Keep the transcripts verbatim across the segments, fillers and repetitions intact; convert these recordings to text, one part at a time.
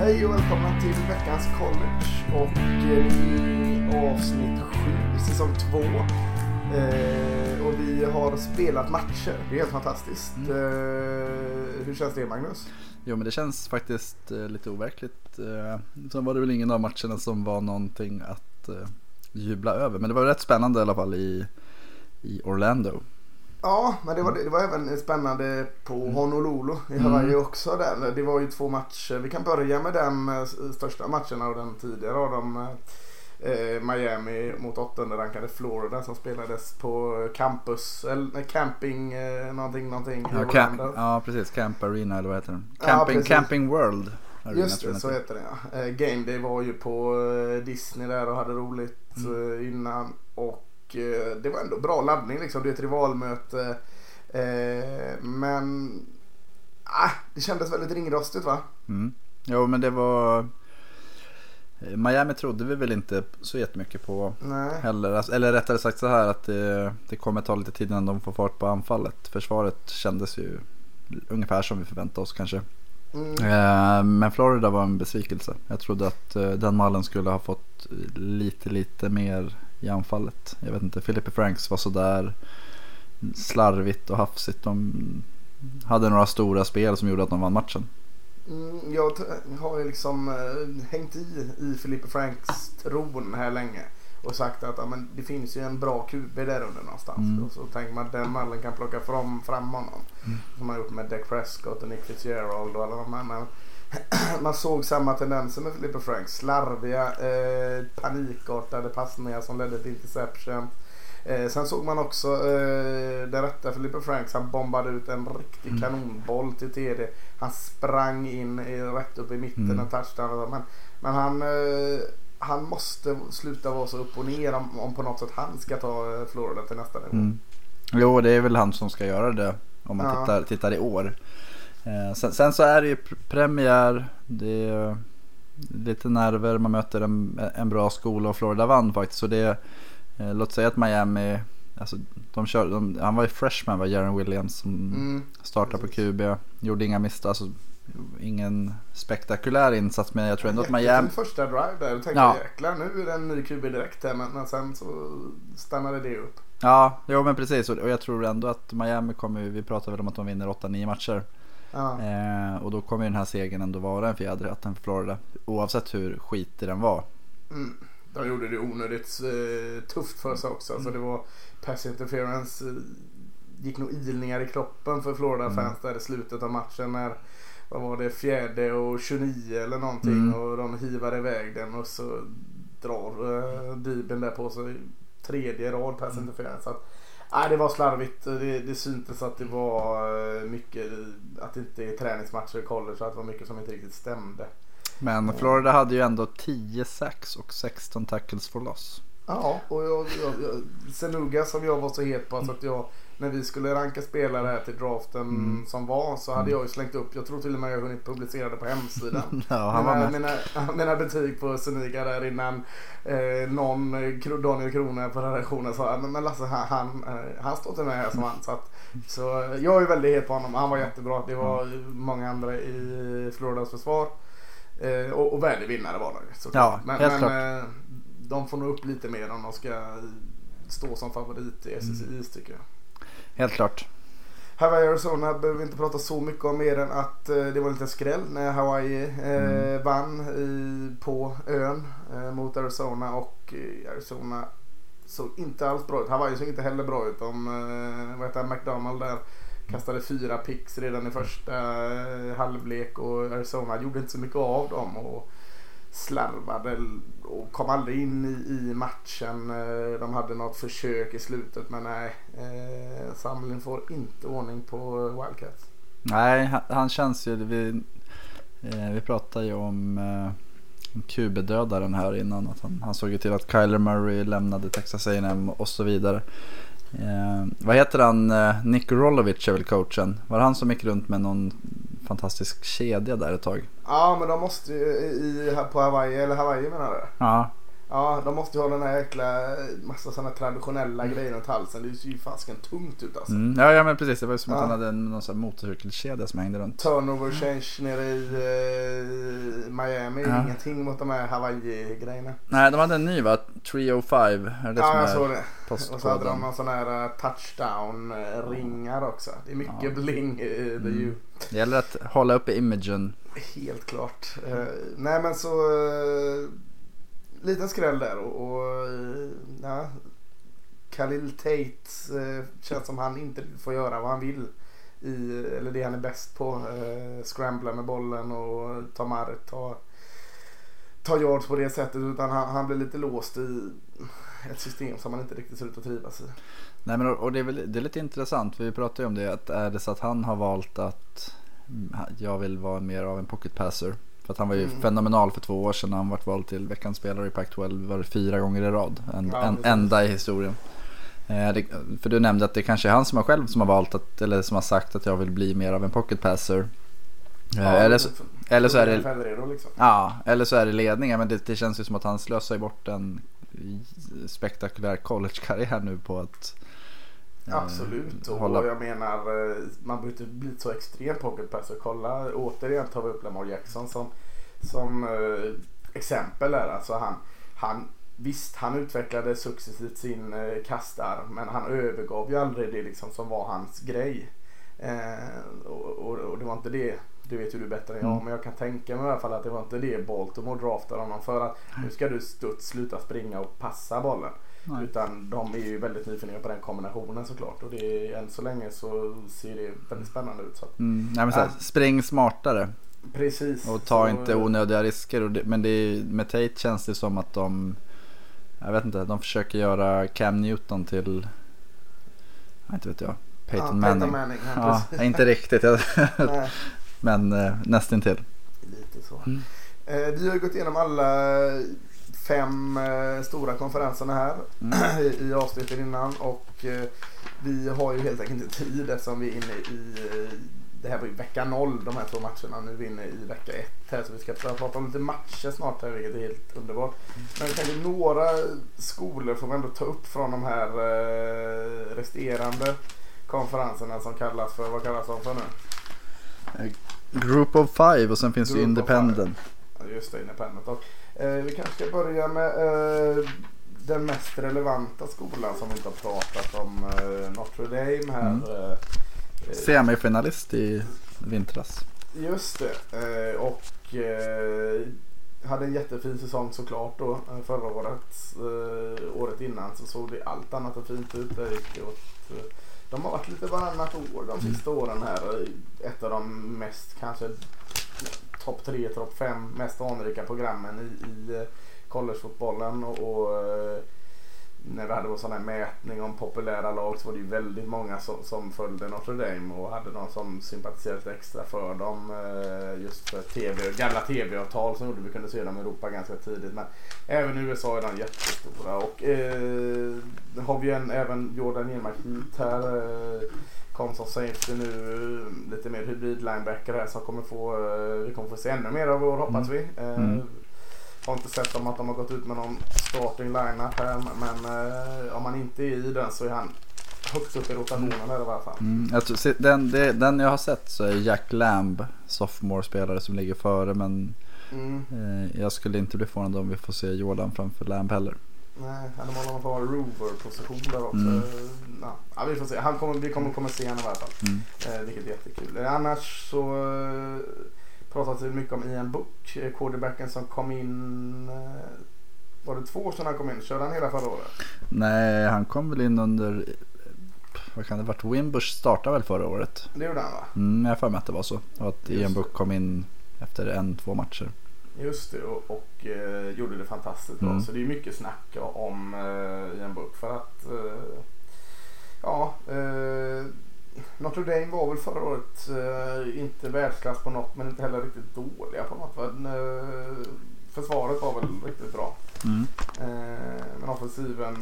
Hej och välkomna till veckans college och eh, avsnitt sju, säsong två. Eh, och vi har spelat matcher, det är helt fantastiskt. Mm. Eh, hur känns det, Magnus? Jo, men det känns faktiskt eh, lite overkligt. Eh, sen var det väl ingen av matcherna som var någonting att eh, jubla över. Men det var rätt spännande i alla fall i, i Orlando. Ja, men det var, det var även spännande på Honolulu i Hawaii mm. också där. Det var ju två matcher. Vi kan börja med den största matchen av den tidigare av dem. Eh, Miami mot åttonde rankade Florida som spelades på campus eller camping eh, någonting någonting ja, cam- ja precis, Camp Arena eller vad heter den? Camping, ja, Camping World Arena, just det, så heter det ja. eh, Game Day var ju på eh, Disney där och hade roligt mm. eh, innan och eh, det var ändå bra laddning liksom, det är ett rivalmöte eh, men ah, det kändes väldigt ringrostigt va? Mm. Jo, men det var Miami trodde vi väl inte så jättemycket på. Nej. Heller. Eller rättare sagt så här att det, det kommer ta lite tid innan de får fart på anfallet. Försvaret kändes ju ungefär som vi förväntade oss kanske. Mm. Eh, men Florida var en besvikelse. Jag trodde att eh, den mallen skulle ha fått lite lite mer i anfallet. Jag vet inte, Philippi Franks var så där slarvigt och hafsigt. De hade några stora spel som gjorde att de vann matchen. Mm, jag t- har ju liksom äh, hängt i i Philippi Franks tron här länge och sagt att ja, men det finns ju en bra Q B där under någonstans mm. och så tänker man att den mallen kan plocka fram, fram honom mm. som man gjort med Dak Prescott och Nick Fitzgerald och alla de här, men man såg samma tendenser med Philippi Franks, slarviga eh, panikartade passningar som ledde till interception. Eh, sen såg man också eh, den rätta Philippi Franks, han bombade ut en riktig mm. kanonboll till T D. Han sprang in i, rätt upp i mitten mm. av touchdown. Men, men han, eh, han måste sluta vara så upp och ner om, om på något sätt han ska ta eh, Florida till nästa nivå. Mm. Jo, det är väl han som ska göra det om man ja. tittar, tittar i år. Eh, sen, sen så är det ju premiär, det är lite nerver, man möter en, en bra skola och Florida vann faktiskt. Så det Eh, låt säga att Miami, alltså, de kör, de, han var ju freshman, var Jaren Williams som mm, startade på Q B, gjorde inga misstag, alltså, ingen spektakulär insats, men jag tror ändå att Miami första drive där, jag tänkte ja. jäklar, nu är det en ny Q B direkt här, men, men sen så stannade det upp. Ja, jo, men precis, och, och jag tror ändå att Miami kommer, vi pratar väl om att de vinner åtta nio matcher ja. eh, och då kommer den här segern ändå vara en fjäder i hatten för Florida, oavsett hur skitig den var. Mm. De gjorde det onödigt eh, tufft för sig också. Mm. Så det var pass interference. Eh, gick nog ilningar i kroppen för Florida-fans mm. där i slutet av matchen. När, vad var det, fjärde och tjugonio eller någonting. Mm. Och de hivar iväg den och så drar eh, Dibben där på sig. Tredje rad pass mm. interference. Så att, nej, det var slarvigt. Det, det syntes att det var eh, mycket, att det inte är träningsmatcher i college. Så att det var mycket som inte riktigt stämde. Men Florida hade ju ändå tio sacks och sexton tackles for loss. Ja, och jag, jag, jag, Senuga som jag var så het på, alltså att jag, när vi skulle ranka spelare här till draften mm. som var, så hade jag ju slängt upp, jag tror till och med jag hunnit publicera det på hemsidan. Ja, han var mina, mina, mina betyg på Senuga där innan eh, någon Daniel Krona på redaktionen sa, men, men Lasse han, han, han står till mig här som han, så att, så jag är väldigt het på honom, han var jättebra, det var många andra i Floridas försvar. Eh, och, och värdig vinnare var det så ja, men, men eh, de får nog upp lite mer om de ska stå som favorit i S S I mm. tycker jag. Helt klart. Hawaii Arizona behöver vi inte prata så mycket om mer än att eh, det var lite skräll när Hawaii eh, mm. vann i, på ön eh, mot Arizona, och eh, Arizona såg inte alls bra ut. Hawaii såg inte heller bra ut. De, eh, vad heter McDonald där kastade fyra picks redan i första eh, halvlek, och Arizona gjorde inte så mycket av dem och slarvade och kom aldrig in i, i matchen. Eh, de hade något försök i slutet, men nej, eh, Samlin får inte ordning på Wildcats. Nej, han, han känns ju, vi, eh, vi pratade ju om eh, Q B-dödaren här innan, att han, han såg ju till att Kyler Murray lämnade Texas A and M och så vidare. Eh, vad heter han? Eh, Nick Rolovic är väl coachen. Var han som gick runt med någon fantastisk kedja där ett tag? Ja, men de måste ju i, på Hawaii, eller Hawaii menar du? Ja. Ja, de måste ju ha den här jäkla massa sådana traditionella mm. grejer runt halsen. Det ser ju fasken tungt ut alltså. Mm. Ja, ja, men precis. Det var ju som ja. att han hade en någon sån motorcykelkedja som hängde runt. Turnover change nere i uh, Miami. Ja. Ingenting mot de här Hawaii-grejerna. Nej, de hade en ny va? tre oh fem. Är det ja, som jag är såg det. Postkoden. Och så hade de någon sån här touchdown-ringar också. Det är mycket ja. bling i the U. Det gäller att hålla uppe imagen. Helt klart. Uh, nej, men så... Uh, liten skräll där och, och ja, Khalil Tate eh, känns som han inte får göra vad han vill i, eller det han är bäst på, eh, scrambla med bollen och ta mark, ta, ta yards på det sättet, utan han, han blir lite låst i ett system som han inte riktigt ser ut att trivas i. Nej, men och det är, väl, det är lite intressant, för vi pratade ju om det, att är det så att han har valt att jag vill vara mer av en pocket passer. För att han var ju mm. fenomenal för två år sedan när han var vald till veckans spelare i Pac tolv, var det fyra gånger i rad. En, ja, en enda i historien. Eh, det, för du nämnde att det kanske är han som har själv som har valt att, eller som har sagt att jag vill bli mer av en pocket passer. Eh, ja, eller, så, eller så är det liksom. Ja, eller så är det ledningen, men det, det känns ju som att han slösar bort en spektakulär college-karriär nu på att absolut, och hålla... jag menar man behöver inte bli så extremt pocket passer. Kolla, återigen tar vi upp Lamar Jackson som, som uh, exempel där. Alltså han, han, visst han utvecklade successivt sin uh, kastarm, men han övergav ju aldrig det liksom som var hans grej. Uh, och, och, och det var inte det, du vet ju du bättre än jag, mm. men jag kan tänka mig i alla fall att det var inte det Baltimore draftade honom för, att nu ska du studs, sluta springa och passa bollen. Nej. Utan de är ju väldigt nyfikna på den kombinationen såklart, och det är, än så länge så ser det väldigt spännande ut så att, mm. Nej, men så här, äh, spring smartare. Precis. Och ta så, inte onödiga risker, och det, men det är, med Tate känns det som att de, jag vet inte, de försöker göra Cam Newton till, jag inte vet jag, Peyton ja, Manning, Peyton Manning ja, ja, inte riktigt men eh, nästintill lite så. mm. eh, Vi har gått igenom alla fem eh, stora konferenserna här mm. i, i avsnittet innan, och eh, vi har ju helt enkelt inte tid eftersom vi är inne i eh, det här var ju vecka noll, de här två matcherna. Nu är vi inne i vecka ett här, så vi ska prata om lite matcher snart här, vilket är helt underbart. Men jag tänker några skolor får vi ändå ta upp från de här eh, resterande konferenserna som kallas för, vad kallas de för nu? Group of Five, och sen finns Group ju Independent. Ja, just det, Independent. Och, eh, vi kanske ska börja med eh, den mest relevanta skolan som vi inte har pratat om, eh, Notre Dame här. Mm. Eh, Semifinalist i vintras. Just det, eh, och eh, hade en jättefin säsong såklart då, förra året. Eh, året innan så såg det allt annat och fint ut. Det gick åt, eh, de har varit lite varannat år de sista mm. åren här. Ett av de mest kanske topp tre, topp fem mest anrika programmen i, i collegefotbollen, och, och när vi hade en sån här mätning om populära lag så var det ju väldigt många som, som följde Notre Dame och hade någon som sympatiserade extra för dem, just för T V, gamla T V-avtal som gjorde vi kunde se dem i Europa ganska tidigt, men även i U S A är de jättestora, och eh, har vi en, även Jordan Enmark hit här, eh, kom som safety nu, lite mer hybrid linebacker här som kommer få, eh, vi kommer få se ännu mer av år, hoppas vi. Eh, mm. Har inte sett om att de har gått ut med någon starting lineup här, men eh, om man inte är i den så är han högst upp i rotationen mm. där i alla fall. Mm. Jag tror, den, det, den jag har sett så är Jack Lamb, sophomore-spelare som ligger före, men mm. eh, jag skulle inte bli förvånad om vi får se Jordan framför Lamb heller. Nej, han har någon par rover-position där också. Mm. Ja, vi får se. Han kommer, vi kommer komma se honom i alla fall. Mm. Eh, vilket är jättekul. Eh, annars så eh, pratat mycket om Ian Book, quarterbacken som kom in, var det två år sedan han kom in? Körde han hela förra året? Nej, han kom väl in under, vad kan det varit, Wimbush startade väl förra året? Det gjorde han va? Mm, jag får med att det var så. Och att Just Ian Book kom in efter en, två matcher. Just det, och, och eh, gjorde det fantastiskt bra. Mm. Så det är mycket snack om eh, Ian Book för att eh, ja, eh, Notre Dame var väl förra året eh, inte världsklass på något, men inte heller riktigt dåliga på något. Men, eh, försvaret var väl riktigt bra. Mm. Eh, men offensiven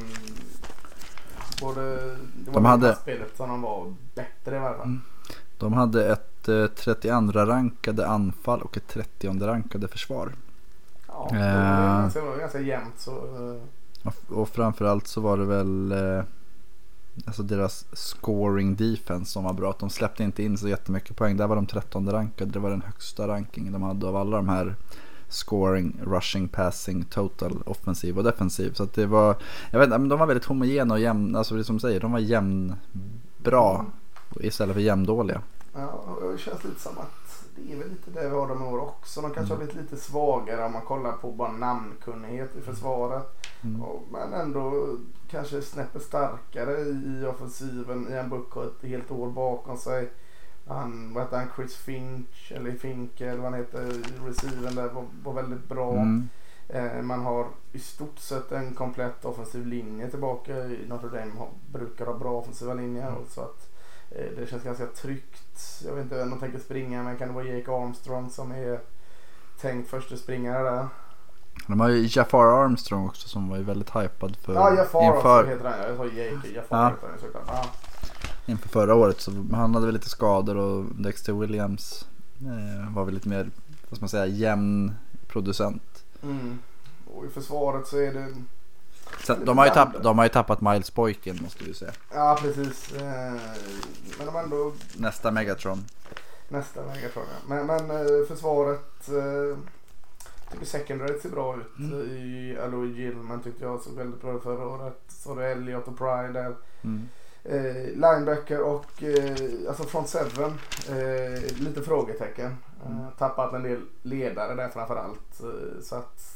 både, det var de hade spelet som de var bättre i varje fall. Mm. De hade ett eh, trettioandra rankade anfall och ett trettionde rankade försvar. Ja, Ja, det var ganska, ganska jämnt så. Och, och framförallt så var det väl eh, alltså deras scoring defense som var bra. Att de släppte inte in så jättemycket poäng. Där var de trettonde rankade. Det var den högsta rankingen de hade av alla de här scoring, rushing, passing, total, offensiv och defensiv. Så att det var, jag vet inte, men de var väldigt homogena och jämn, alltså det som säger, de var jämn bra istället för jämndåliga. Ja, det känns lite som att det är väl lite det vi har de år också. De kanske mm. har blivit lite svagare om man kollar på bara namnkunnighet i försvaret. Mm. Och, men ändå kanske snäppet starkare i offensiven. Ian Book har ett helt år bakom sig. Han, vad heter han, Chris Finch eller Fink eller vad han heter, receiven där var, var väldigt bra. Mm. Eh, man har i stort sett en komplett offensiv linje tillbaka. Notre Dame har, brukar ha bra offensiva linjer mm. så att eh, det känns ganska tryggt. Jag vet inte vem de tänker springa, men kan det vara Jake Armstrong som är tänkt första springare där? De har ju Jafar Armstrong också som var ju väldigt hypad för ja, Jafar inför... heter han. Jag sa Jake, Jafar ja. heter han såklart. Ja. Inför förra året så han hade väl lite skador och Dexter Williams eh, var väl lite mer, vad ska man säga, jämn producent. Mm. Och i försvaret så är det så de, har ju tapp, de har ju tappat Miles Boykin måste vi säga. Ja precis. Eh, men de ändå nästa Megatron. Nästa Megatron ja. Men, men eh, försvaret eh, tycker secondary ser bra ut. Mm. I Aloy Gilman tyckte jag såg väldigt bra förra året. Så det är Elliot och Pride där. Mm. Eh, linebacker och eh, alltså front seven eh, lite frågetecken. Mm. Eh, tappat en del ledare där framförallt. Eh, så att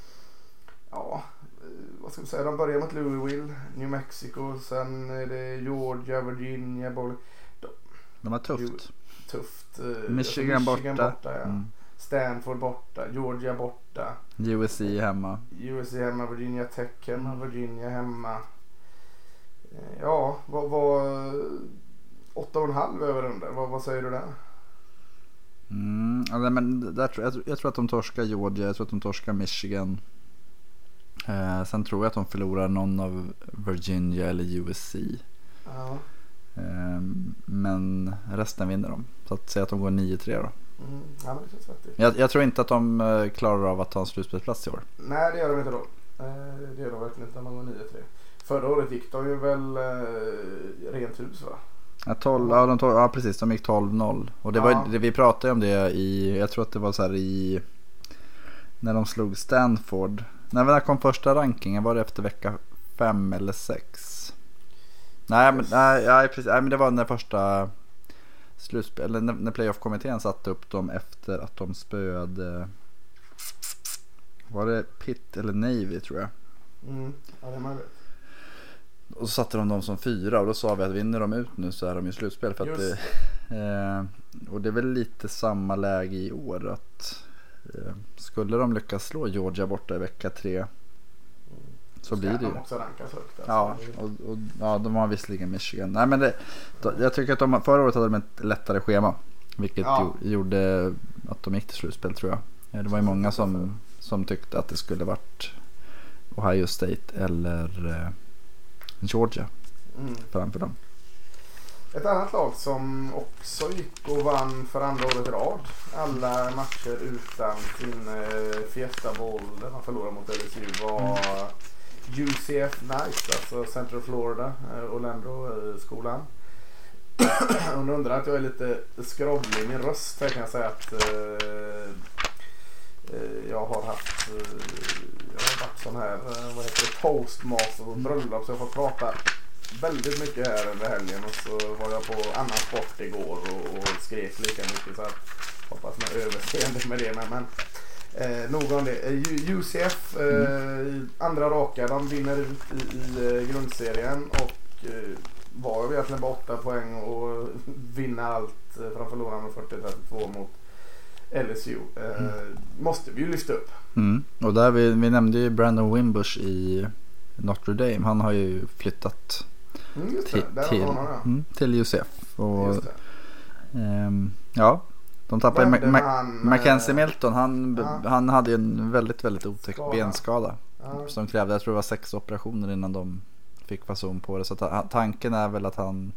ja, eh, vad ska vi säga, de börjar mot Louisville, New Mexico, sen är det Georgia, Virginia, Bowling. De, de har tufft. Tufft. Eh, Michigan, alltså Michigan borta. borta ja. Mm. Stanford borta, Georgia borta. U S C hemma. U S C hemma, Virginia Tech hemma, Virginia hemma. Ja, vad var åtta och en halv över under? Vad, vad säger du där? Mm, alltså, men där, jag, jag tror att de torskar Georgia, jag tror att de torskar Michigan. Eh, sen tror jag att de förlorar någon av Virginia eller U S C. Ja. Eh, men resten vinner de. Så att säga att de går nio tre då. Mm, ja, men det känns vettigt. Jag, jag tror inte att de klarar av att ta en slutspelsplats i år. Nej, det gör de inte då. Eh, det gör de verkligen inte när man går nio tre. Förra året gick de ju väl eh, rent hus va? Ja, tolv, ja, de tolv, ja precis, de gick tolv noll. Och det ja. var det, vi pratade om det i, jag tror att det var så här i, när de slog Stanford. När vi kom första rankingen, var det efter vecka fem eller sex? Nej, men, nej, nej, precis, nej men det var när första slutspel, eller när, när playoff-kommittén satte upp dem efter att de spöade, var det Pitt eller Navy tror jag. Mm, ja det är möjligt. Och så satte de dem som fyra och då sa vi att vinner de ut nu så är de i slutspel för att det, eh, och det är väl lite samma läge i år att eh, skulle de lyckas slå Georgia borta i vecka tre så blir det ju också rankas högt, alltså. Ja, och, och ja, de har visserligen Michigan. Nej men det, då, jag tycker att de förra året hade de ett lättare schema vilket ja. ju, gjorde att de gick till slutspel tror jag. Ja, det var ju många som, som tyckte att det skulle varit Ohio State eller eh, Georgia mm. framför dem. Ett annat lag som också gick och vann för andra året i rad alla matcher utan sin eh, Fiesta Bowl där man förlorade mot L S U var mm. U C F Knights, alltså Central Florida, eh, Orlando-skolan. Eh, och undrar att jag är lite skrovlig i min röst här kan jag säga att eh, eh, jag har haft eh, jag har varit sån här eh, vad heter det, toastmaster och bröllop så jag får prata väldigt mycket här under helgen och så var jag på annan sport igår och, och skrek lika mycket så att hoppas man överseende med det men, men eh, nog om det. U C F eh, mm. andra raka, de vinner ut i, i grundserien och eh, var egentligen bara åtta poäng och vinna allt eh, för att förlora med fyrtio trettiotvå mot L S U. Eh, mm. Måste vi ju lyfta upp. Mm. Och där vi, vi nämnde ju Brandon Wimbush i Notre Dame. Han har ju flyttat mm, just till, det. till, honom, ja. mm, till U C F. Och, ehm, ja, de tappade Ma- Ma- han, Mackenzie Milton. Han, ja. han hade ju en väldigt, väldigt otäck skada. benskada. Ja. Som krävde, jag tror det var sex operationer innan de fick fason på det. Så ta- tanken är väl att han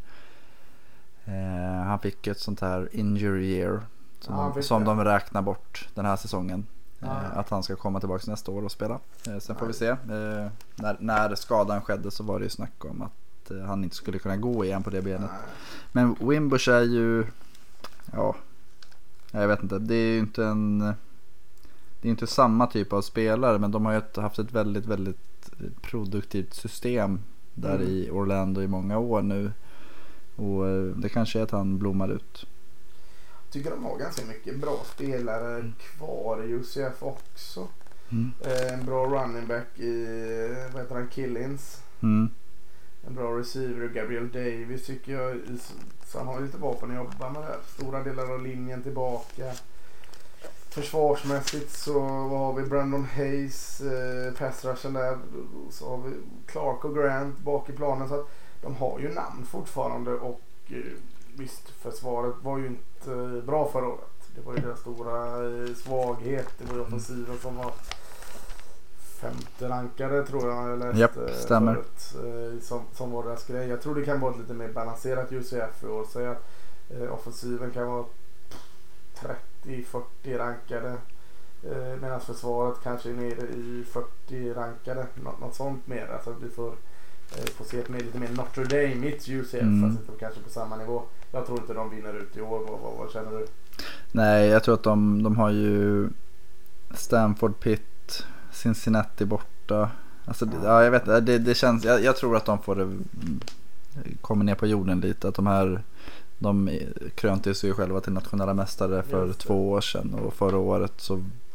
eh, han fick ett sånt här injury year som, ja, de, som de räknar bort den här säsongen. Ah. Att han ska komma tillbaka nästa år och spela. Sen får Nej. vi se. När, när skadan skedde så var det ju snack om att han inte skulle kunna gå igen på det benet. Nej. Men Wimbush är ju, ja, jag vet inte, det är ju inte en, det är inte samma typ av spelare, men de har ju haft ett väldigt, väldigt produktivt system där mm. i Orlando i många år nu. Och det kanske är att han blommar ut. Jag tycker de har ganska mycket bra spelare mm. kvar i U C F också. Mm. En bra running back i, vad heter han, Killins. Mm. En bra receiver, Gabriel Davis tycker jag. Så han har lite vapen att jobba med. Stora delar av linjen tillbaka. Försvarsmässigt så har vi Brandon Hayes, eh, pass rushen där. Så har vi Clark och Grant bak i planen. Så att de har ju namn fortfarande. Och eh, visst, försvaret var ju inte eh, bra förra året. Det var ju deras stora eh, svaghet. Det var ju offensiven som var femte rankade tror jag. Eller Japp, stämmer. Förut, som, som var deras grej. Jag tror det kan vara lite mer balanserat U C F i år. Så att eh, offensiven kan vara trettio fyrtio rankade. Eh, medan försvaret kanske är nere i fyrtio rankade. Något, något sånt mer. Alltså vi får, eh, får se ett mer, lite mer Notre Dame mitt U C F. Mm. Fast inte kanske på samma nivå. Jag tror inte de vinner ut i år. Vad, vad, vad känner du? Nej, jag tror att de, de har ju Stanford, Pitt, Cincinnati borta. Alltså, ja. ja, jag vet det, det känns, jag, jag tror att de får det, kommer ner på jorden lite. Att de här, de krönte sig ju själva till nationella mästare för två år sedan. Och förra året så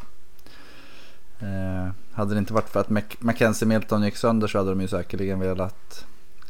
eh, hade det inte varit för att Mac- Mackenzie Milton gick sönder så hade de ju säkerligen velat,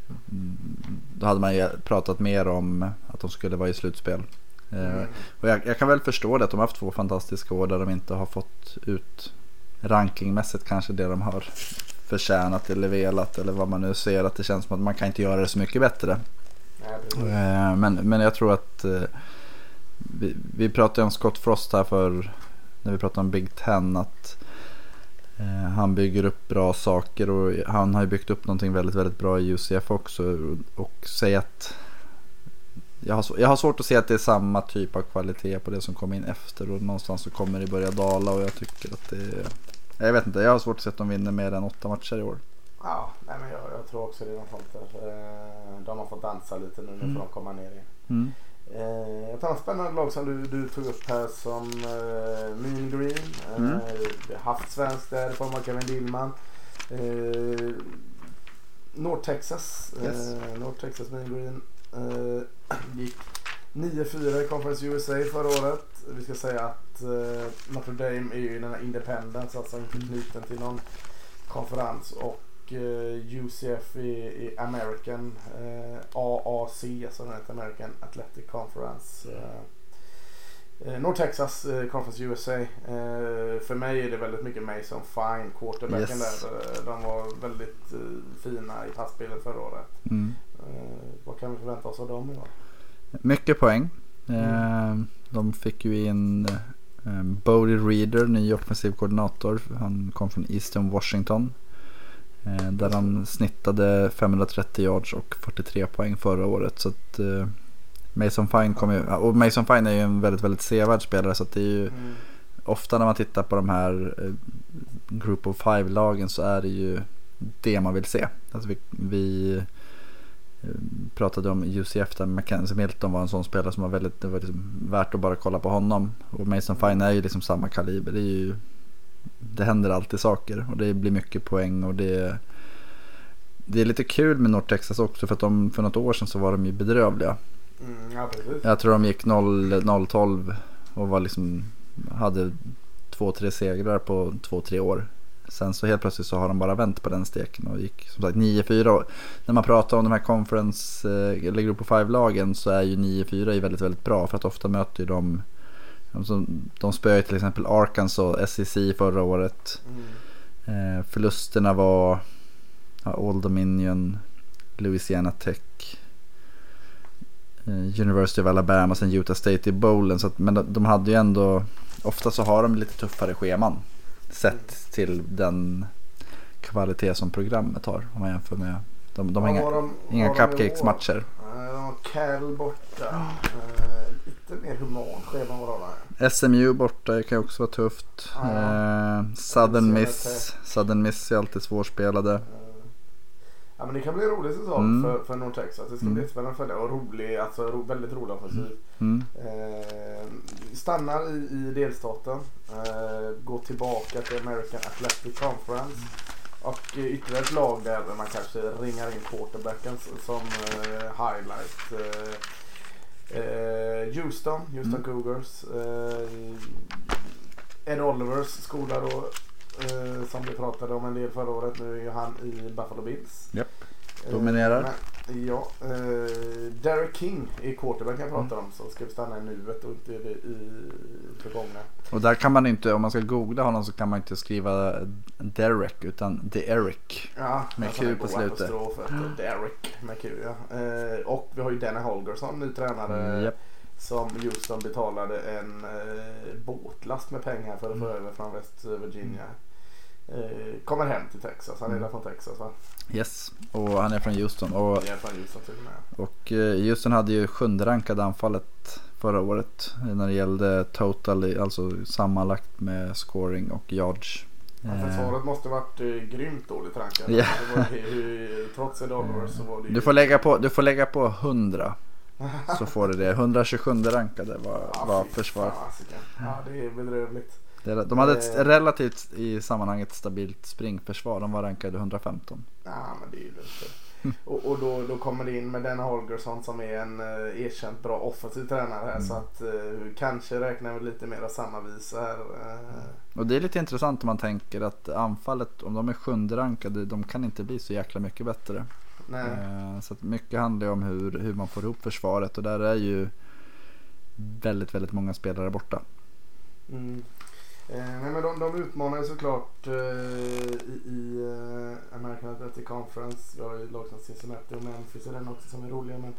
då hade man ju pratat mer om att de skulle vara i slutspel. Mm. Eh, och jag, jag kan väl förstå det att de har haft två fantastiska år där de inte har fått ut rankingmässigt kanske det de har förtjänat eller velat, eller vad man nu ser, att det känns som att man kan inte göra det så mycket bättre. Nej, men, men jag tror att eh, vi, vi pratade om Scott Frost här för när vi pratade om Big Ten, att eh, han bygger upp bra saker och han har ju byggt upp någonting väldigt, väldigt bra i U C F också, och, och säga att jag har, jag har svårt att se att det är samma typ av kvalitet på det som kommer in efter, och någonstans så kommer det börja dala, och jag tycker att det är, jag vet inte, jag har svårt att se att de vinner mer än åtta matcher i år. Ja, nej, men jag, jag tror också det är något sånt där. De har fått dansa lite nu, nu mm. får de komma ner igen. Mm. Eh, ett annat spännande lag som du, du tog upp här som eh, Mean Green. Eh, mm. Vi har haft svensk där i form av Kevin Dillman. Eh, North Texas. Yes. Eh, North Texas Mean Green. Eh, gick nio fyra i Conference U S A förra året. Vi ska säga att eh, Notre Dame är ju den här independence, alltså inte knuten till någon konferens, och eh, U C F är, är American eh, A A C, alltså den heter American Athletic Conference. Eh, North Texas eh, Conference U S A. Eh, för mig är det väldigt mycket Mason Fine, quarterbacken yes. där. De var väldigt eh, fina i passspelet förra året. Mm. Eh, vad kan vi förvänta oss av dem i år? Mycket poäng. Mm. De fick ju in um, Bodie Reader, ny offensiv koordinator. Han kom från Eastern Washington, eh, där han snittade femhundratrettio yards och fyrtiotre poäng förra året. Så att eh, Mason Fine kom ju, och Mason Fine är ju en väldigt, väldigt sevärd spelare, så att det är ju mm. ofta när man tittar på de här eh, Group of Five-lagen så är det ju det man vill se. Alltså vi, vi pratade om U C F där Mackenzie Milton var en sån spelare som var väldigt, det var liksom värt att bara kolla på honom, och Mason Fine är ju liksom samma kaliber. Det är ju, det händer alltid saker och det blir mycket poäng, och det det är lite kul med North Texas också, för att de för något år sedan så var de ju bedrövliga. Mm, ja, precis. Jag tror de gick noll tolv och var liksom, hade två tre segrar på två tre år. Sen så helt plötsligt så har de bara vänt på den steken och gick som sagt nio fyra. När man pratar om de här conference eller group of five-lagen så är ju nio fyra ju väldigt, väldigt bra, för att ofta möter ju de de, de spöade till exempel Arkansas S E C förra året. Mm. Eh, förlusterna var ja, Old Dominion, Louisiana Tech, eh, University of Alabama, sen Utah State i bowlen, så att, men de, de hade ju ändå, ofta så har de lite tuffare scheman sett till den kvalitet som programmet har, om man jämför med de, de har inga, de, inga cupcakes-matcher. De har Cal borta, uh, lite mer humant schema vad det är. S M U borta kan också vara tufft. Ja. Eh, Southern Miss. Southern Miss är alltid svårspelade. Ja, men det kan bli en rolig säsong mm. för, för North Texas. Det ska mm. bli spännande att följa och rolig, alltså ro, väldigt rolig offensiv. Mm. Eh, stannar i, i delstaten. Eh, går tillbaka till American Athletic Conference. Och ytterligare ett lag där man kanske ringar in quarterbacken som eh, highlight. Eh, eh, Houston, Houston mm. Cougars. Eh, Ed Olivers skola då. Uh, som vi pratade om en del förra året. Nu är han i Buffalo Bills. Japp. Dominerar. Uh, men, ja. Uh, Derek King i quarterback jag pratar mm. om. Så ska vi stanna i nuet och inte i, i förgångna. Och där kan man inte, om man ska googla honom så kan man inte skriva Derek utan Derek. Ja, med Q på slutet. Mm. Derek med Q, ja. Uh, och vi har ju Danny Holgerson, ny tränare. Mm, yep. Som Houston betalade en eh, båtlast med pengar för att få över från West Virginia. Eh, kommer hem till Texas. Han är där från Texas, va? Yes, och han är från Houston. Och, är från Houston till och med. och eh, Houston hade ju sjunde rankade anfallet förra året när det gällde total, alltså sammanlagt med scoring och yards. Ja, försvaret måste varit eh, grymt dåligt rankat. Yeah. Det var, hur, trots Ed Oliver så var det ju... Du får lägga på, du får lägga på hundra. Så får du det. etthundratjugosju rankade var, ja, var försvaret. Ja, det är bedrövligt. De hade ett relativt i sammanhanget stabilt springförsvar. De var rankade hundrafemton. Ja, men det är ju lite. Och, och då, då kommer det in med Danny Holgerson som är en uh, erkänt bra offensiv tränare här. Mm. Så att uh, kanske räknar vi lite mer samma visa här. Uh. Och det är lite intressant om man tänker att anfallet, om de är sjunde rankade, de kan inte bli så jäkla mycket bättre. Nej. Så att mycket handlar om hur, hur man får ihop försvaret och där är ju väldigt, väldigt många spelare borta. Mm. Eh, nej, men de, de utmanar ju såklart eh, i, i eh, American Athletic Conference. Vi har ju lag som Cincinnati och Memphis är den också som är roliga, men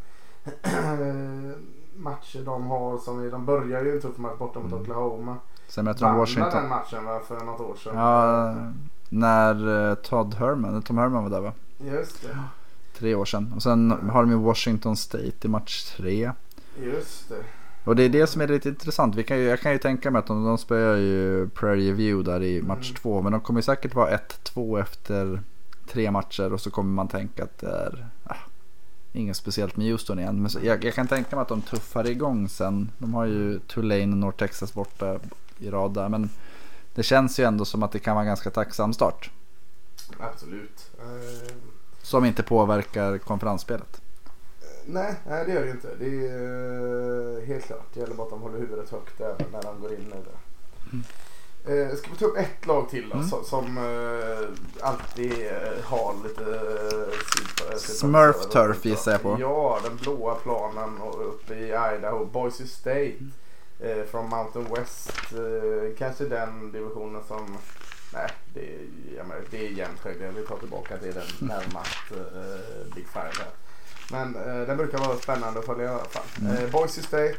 matcher de har som är, de börjar ju en tuff match borta mot mm. Oklahoma. Sen möter de Washington. Den matchen var för något år sedan. Ja, när uh, Todd Herman, Tom Herman var där, va? Just det. Tre år sedan. Och sen har de ju Washington State i match tre. Just det. Och det är det som är lite intressant. Vi kan ju, jag kan ju tänka mig att de, de spelar ju Prairie View där i match mm. två. Men de kommer säkert vara ett två efter tre matcher. Och så kommer man tänka att det är ah, inget speciellt med Houston igen. Men så, jag, jag kan tänka mig att de tuffar igång sen. De har ju Tulane och North Texas borta i rad där. Men det känns ju ändå som att det kan vara en ganska tacksam start. Absolut. Uh... Som inte påverkar konferensspelet. Nej, nej, det gör det ju inte. Det är uh, helt klart. Det gäller bara att de håller huvudet högt även när de går in i det. Mm. Uh, ska vi ta upp ett lag till då, mm. som, som uh, alltid uh, har lite uh, Smurf Turf gissar jag på. Ja, den blåa planen och uppe i Idaho. Boise State uh, från Mountain West. Uh, kanske den divisionen som... Nej, det är, det är jämnt högre. Vi tar tillbaka till den närmast uh, Big Five här. Men uh, den brukar vara spännande att följa i alla fall. Mm. Uh, Boise State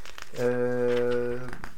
uh,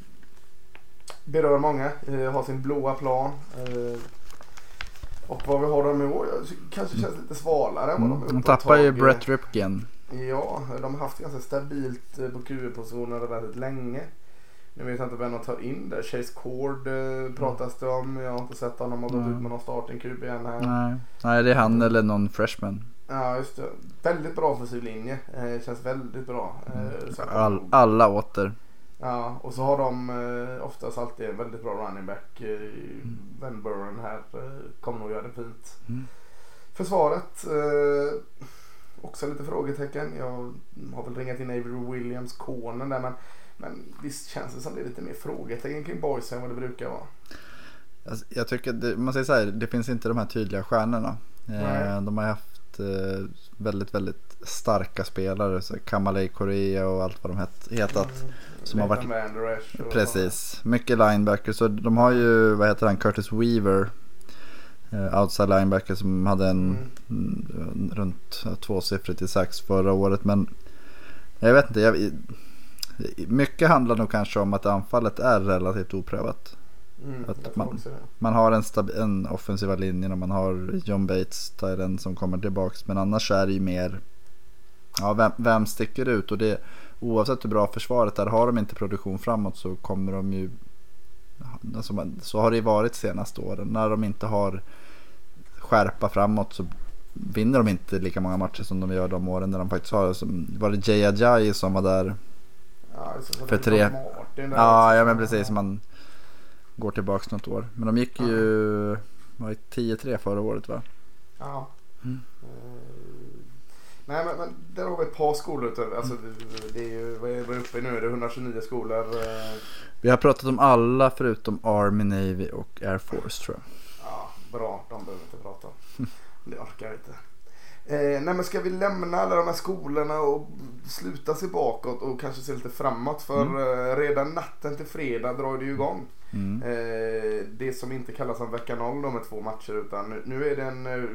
berör många. Uh, har sin blåa plan. Uh, och vad vi har dem i år kanske känns lite svalare. Mm. Vad de, de tappar ju Brett Ripken. Ja, de har haft ganska stabilt uh, på Q E-positioner väldigt länge. Nu vet jag inte vem de tar in där. Chase Cord eh, pratas det om. Jag har inte sett honom ha gått ut med någon starting Q B än här. Nej. Nej, det är han eller någon freshman. Ja, just det. Väldigt bra offensiv linje. Eh, känns väldigt bra. Eh, All, alla åter. Ja, och så har de eh, oftast alltid en väldigt bra running back. Eh, mm. Van Buren här eh, kommer nog göra det fint. Mm. Försvaret. Eh, också lite frågetecken. Jag har väl ringat in Avery Williams, konen där, men Men visst känns det som det är lite mer frågetecken kring Boys än vad det brukar vara. Alltså, jag tycker det, man säger så här, det finns inte de här tydliga stjärnorna. Eh, de har haft eh, väldigt väldigt starka spelare, så Kamalei Korea och allt vad de het, hetat mm, som har varit precis och mycket linebacker, så de har ju, vad heter han, Curtis Weaver, eh, outside linebacker som hade en mm. runt tvåsiffrigt i sex förra året, men jag vet inte, jag mycket handlar nog kanske om att anfallet är relativt oprövat. Mm, att man, man har en, stab- en offensiva linjen och man har John Bates Thailand som kommer tillbaks, men annars är det ju mer ja, vem, vem sticker ut, och det, oavsett hur bra försvaret är, har de inte produktion framåt så kommer de ju, alltså, så har det ju varit senaste åren, när de inte har skärpa framåt så vinner de inte lika många matcher som de gör de åren när de faktiskt har, som, var det Jay Ajayi som var där ja, så för tre ja, ja men precis, man går tillbaka något år, men de gick ju ja. var tio tre förra året va? Ja mm. uh, nej men, men där har vi ett par skolor utöver. Alltså, det, det är ju, vad är vi uppe i nu? Det är hundratjugonio skolor. Uh. Vi har pratat om alla förutom Army, Navy och Air Force tror jag. Ja, bra, de behöver inte prata om. Det orkar jag inte. Eh, nej men ska vi lämna alla de här skolorna och sluta se bakåt och kanske se lite framåt, för mm. eh, redan natten till fredag drar det ju igång. Mm. Eh, det som inte kallas som vecka noll då med två matcher, utan nu, nu är det en uh,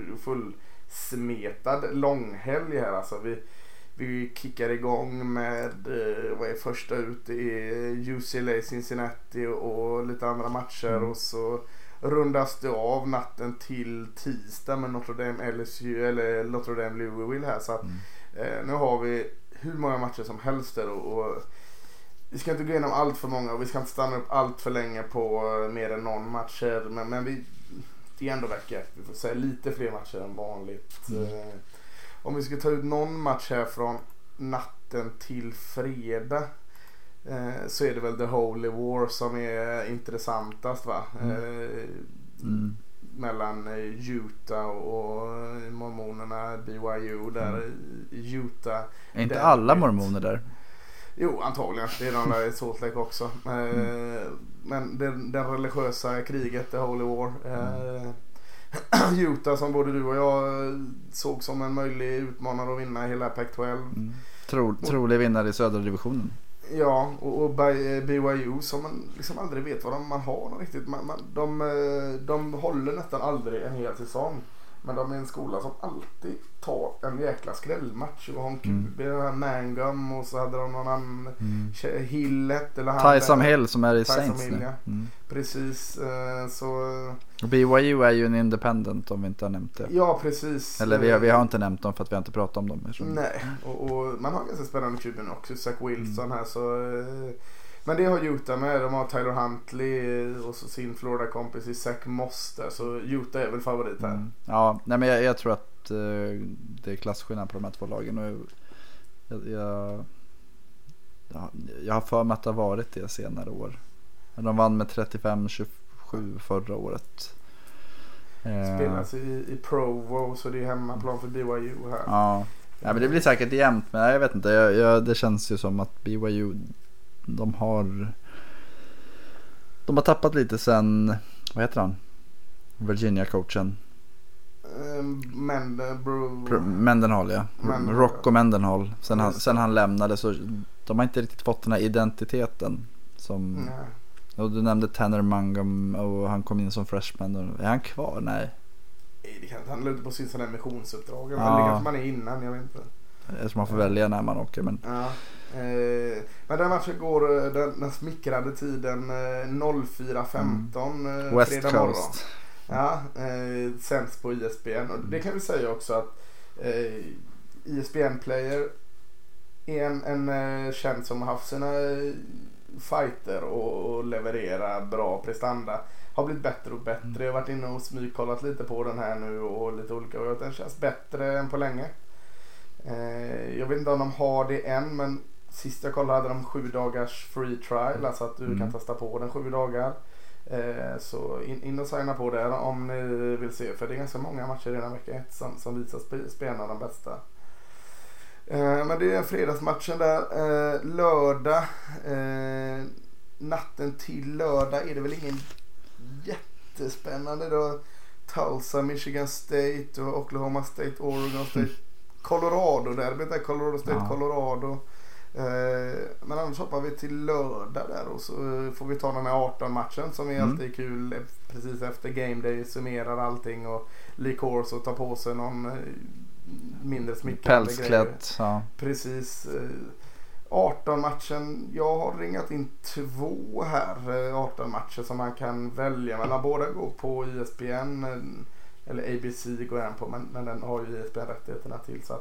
fullsmetad långhelg här alltså. Vi, vi kickar igång med uh, vad är första ut, det är U C L A Cincinnati och, och lite andra matcher mm. och så rundas det av natten till tisdag med Notre Dame L S U eller Notre Dame Louisville här, så att mm. eh, nu har vi hur många matcher som helst där och, och vi ska inte gå igenom allt för många och vi ska inte stanna upp allt för länge på uh, mer än någon matcher, men, men vi, det är ändå vecka, vi får säga lite fler matcher än vanligt. Mm. Eh, om vi ska ta ut någon match här från natten till fredag Eh, så är det väl The Holy War som är intressantast va? Mm. Eh, mm. Mellan Utah och mormonerna B Y U där mm. Utah. Är inte alla mormoner där? Jo, antagligen. Det är de där i Salt Lake också. Eh, mm. Men den, den religiösa kriget, The Holy War. Eh, mm. Utah som både du och jag såg som en möjlig utmanare att vinna hela Pac tolv. Mm. Tro, trolig vinnare i södra divisionen. Ja, och, och B Y U som man liksom aldrig vet vad de, man har riktigt. Man, man, de, de håller nästan aldrig en hel säsong. Men de är en skola som alltid tar en jäkla skrällmatch. Och har en Q B, mm. Mangum, och så hade de någon annan mm. Hillet eller Tyson Hill som är i Saints Hill, ja. mm. Precis så och B Y U är ju en independent om vi inte har nämnt det. Ja, precis. Eller vi har, vi har inte nämnt dem för att vi har inte pratat om dem. Nej, och, och man har ganska spännande Q B också, Zach Wilson mm. här så. Men det har Utah med. De har Tyler Huntley och så sin Florida-kompis i Zach Moss där. Så Utah är väl favorit här. Mm. Ja, nej, men jag, jag tror att uh, det är klasskillnad på de här två lagen. Och jag, jag, jag, jag har för mig att det har varit det senare år. De vann med trettiofem tjugosju förra året. Spelas i, i Provo, så det är hemmaplan för B Y U här. Ja, ja men det blir säkert jämnt. Men jag vet inte, jag, jag, det känns ju som att B Y U de har de har tappat lite sen, vad heter han? Virginia-coachen. Um, Mendenhall, Mendenhall ja. Mendenhall. Rocco Mendenhall. Sen han, sen han lämnade så de har inte riktigt fått den här identiteten som nej. Och du nämnde Tanner Mangum och han kom in som freshman. Är han kvar? Nej. Det kan han låter på sin sån här missionsuppdrag. Ja. Eller det kanske man är innan, jag vet inte. Jag tror man får välja när man åker. Men, ja. eh, men den matchen går den, den smickrade tiden eh, fyra femton mm. eh, West fredag morgon. Ja, eh, sänds på I S B N. Och det kan vi säga också att eh, I S B N-player är en, en eh, känd som har haft sina eh, fighter och, och leverera bra prestanda. Har blivit bättre och bättre. Jag har varit inne och smygkollat lite på den här nu och lite olika, och den känns bättre än på länge. Eh, jag vet inte om de har det än, men sist jag kollade hade de sju dagars free trial, alltså att du mm. kan testa på den sju dagar. Eh, så in, in och signa på det om ni vill se, för det är ganska många matcher redan vecka ett som, som visar sp- spelarna de bästa. Eh, men det är fredagsmatchen där. Eh, lördag eh, natten till lördag är det väl ingen jättespännande då. Tulsa, Michigan State och Oklahoma State, Oregon State, Colorado där blir det Colorado State, ja. Colorado. Eh, men annars hoppar vi till lördag där och så får vi ta den här arton matchen som är mm. alltid kul precis efter game day, summerar allting och Lee Corso tar på sig någon mindre smickrande pälsklätt, ja. Precis. arton matchen, jag har ringat in två här arton matcher som man kan välja mellan. Båda går på I S B N eller A B C går den på, men, men den har ju I S B N rättigheterna till, så att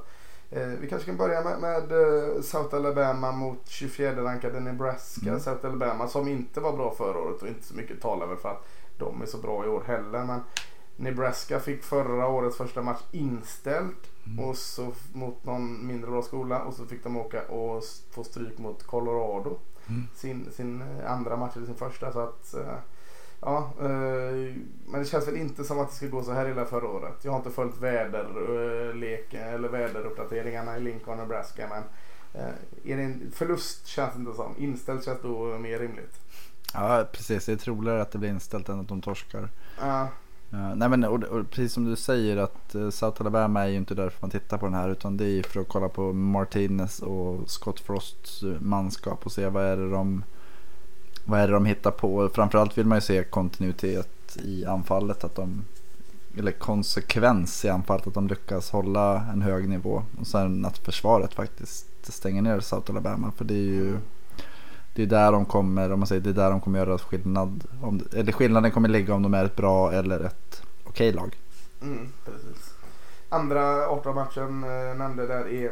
Eh, vi kanske kan börja med, med uh, South Alabama mot tjugofjärde rankade Nebraska. Mm. South Alabama som inte var bra förra året och inte så mycket talar väl för att de är så bra i år heller. Men Nebraska fick förra årets första match inställd mm. och så mot någon mindre bra skola och så fick de åka och få stryk mot Colorado. Mm. Sin, sin andra match eller sin första. Så att, uh, ja, uh, men det känns väl inte som att det ska gå så här illa förra året. Jag har inte följt väderleken uh, eller väderuppdateringarna i Lincoln, Nebraska, men uh, är det en förlust känns det inte som. Inställt känns då mer rimligt. Ja, precis. Det är troligare att det blir inställt än att de torskar. Ja. Uh. Uh, nej men och, och precis som du säger att uh, South Alabama är ju inte därför man tittar på den här, utan det är för att kolla på Martinez och Scott Frosts manskap och se vad är det de vad är det de hittar på. Framförallt vill man ju se kontinuitet i anfallet, att de eller konsekvens i anfallet, att de lyckas hålla en hög nivå och sen att försvaret faktiskt stänger ner South Alabama, för det är ju det är där de kommer, om man säger det är där de kommer göra skillnad om, eller skillnaden kommer ligga om de är ett bra eller ett okej lag. Mm, precis. Andra arton matchen eh, nämnde där är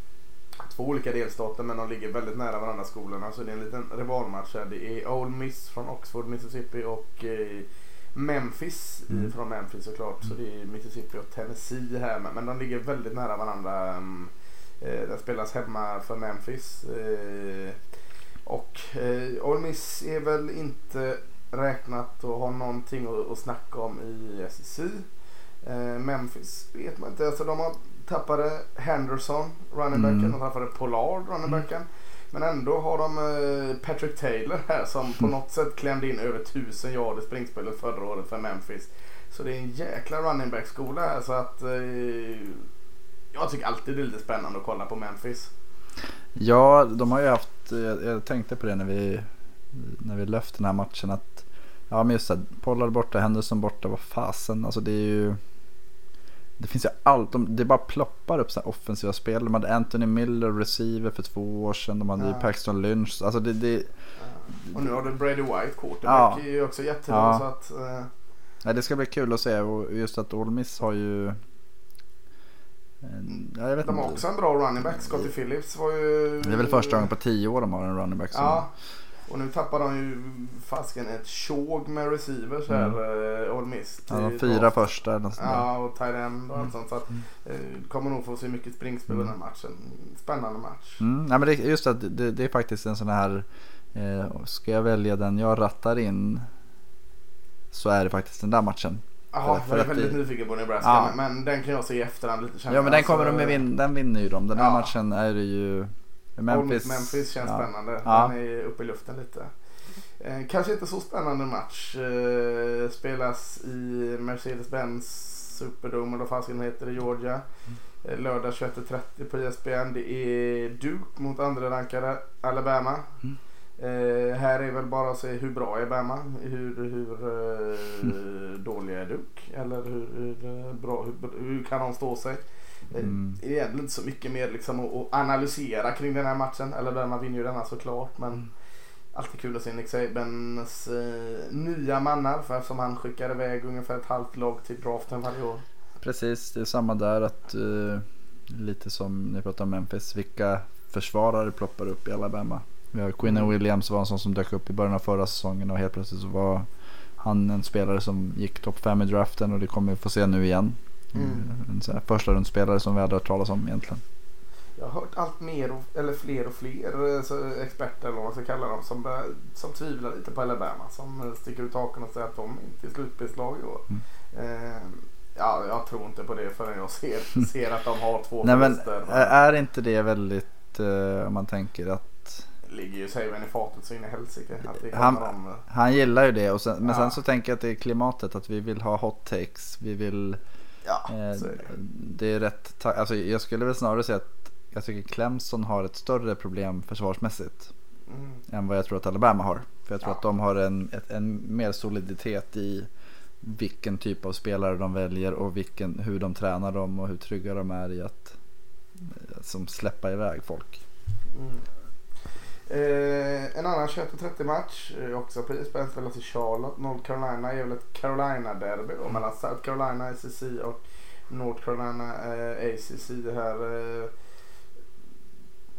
två olika delstater, men de ligger väldigt nära varandra skolorna, så det är en liten rivalmatch här. Det är Ole Miss från Oxford, Mississippi och eh, Memphis mm. från Memphis såklart, så det är Mississippi och Tennessee här, men de ligger väldigt nära varandra. Eh, den spelas hemma för Memphis. Eh, Och eh, Ole Miss är väl inte räknat och har någonting att, att snacka om i S E C. Eh, Memphis vet man inte. Alltså, de har tappade Henderson, running backen, mm. de tappade Pollard, running backen. Mm. Men ändå har de eh, Patrick Taylor här som mm. på något sätt klämde in över tusen yard i springspelet förra året för Memphis. Så det är en jäkla running back skola här, så att eh, jag tycker alltid det är lite spännande att kolla på Memphis. Ja, de har ju haft, jag, jag tänkte på det när vi när vi löfte den här matchen att ja, men just det, Pollard borta, Henderson borta, vad fasen, alltså det är ju det finns ju allt, de, det bara ploppar upp så här offensiva spel. De hade Anthony Miller receiver för två år sedan, de hade ju ja. Paxton Lynch, alltså det, det ja. Och nu har du Brady White, quarterback, ja. är ju också jättebra ja. så att uh... ja, det ska bli kul att se, och just att Ole Miss har ju Ja, jag vet de har inte. Också en bra running back. Scotty Phillips var ju... Det är väl första gången på tio år de har en running back som... Ja, och nu tappar de ju fasken ett tjog med receivers här, mm. Ole Miss. Ja, de fyra bra. Första eller ja, och tight end och allt sånt, så att mm. kommer nog få se mycket springspel i mm. den här matchen. Spännande match. Mm. Ja, men det, just att det, det är faktiskt en sån här eh, ska jag välja den jag rattar in, så är det faktiskt den där matchen. Ja, jag är väldigt det... nyfiken på Nebraska, ja. men, men den kan jag se i efterhand lite. Ja, men den kommer de med vin- den vinner ju de. Den här ja. matchen är det ju Memphis. Memphis känns ja. spännande. Ja. Den är uppe i luften lite. Eh, kanske inte så spännande match. Eh, spelas i Mercedes-Benz Superdome, eller vad fan heter det, i Georgia. Eh, lördag tjugoett trettio på E S P N. Det är Duke mot andra rankade Alabama. Mm. Uh, här är väl bara att se hur bra är Alabama, hur, hur uh, mm. dålig är Duke, eller hur, hur, bra, hur, hur kan de stå sig. Mm. Det är egentligen inte så mycket mer liksom att, att analysera kring den här matchen. Alabama vinner ju denna såklart, men mm. alltid kul att se Nick Sabans uh, nya mannar, för eftersom han skickar iväg ungefär ett halvt lag till draften varje år. Precis, det är samma där, att uh, lite som ni pratar om Memphis, vilka försvarare ploppar upp i Alabama. Vi har Quinn mm. Williams var en sån som dök upp i början av förra säsongen, och helt plötsligt så var han en spelare som gick topp fem i draften, och det kommer vi få se nu igen. Mm. En sån här första rundspelare som vi hade hört talas om egentligen. Jag har hört allt mer och, eller fler och fler så experter eller vad man ska kalla dem som, som tvivlar lite på Alabama, som sticker ut taken och säger att de inte är slutspelslag i år. Mm. Eh, ja, jag tror inte på det förrän jag ser, ser att de har två Nej, men är inte det väldigt eh, om man tänker att ligger ju Saban i fatet så in i helsike att det han, om... han gillar ju det, och sen, men ja. sen så tänker jag att det är klimatet, att vi vill ha hot takes, vi vill ja, eh, är det. det är rätt ta- alltså jag skulle väl snarare säga att jag tycker Clemson har ett större problem försvarsmässigt mm. än vad jag tror att Alabama har, för jag tror ja. att de har en, ett, en mer soliditet i vilken typ av spelare de väljer och vilken, hur de tränar dem och hur trygga de är i att som släppa iväg folk. mm. Eh, en annan tjugoett trettio match eh, också på E S P N spelas i Charlotte. North Carolina är väl ett Carolina-derby då, mellan South Carolina S E C och North Carolina eh, A C C här. Eh,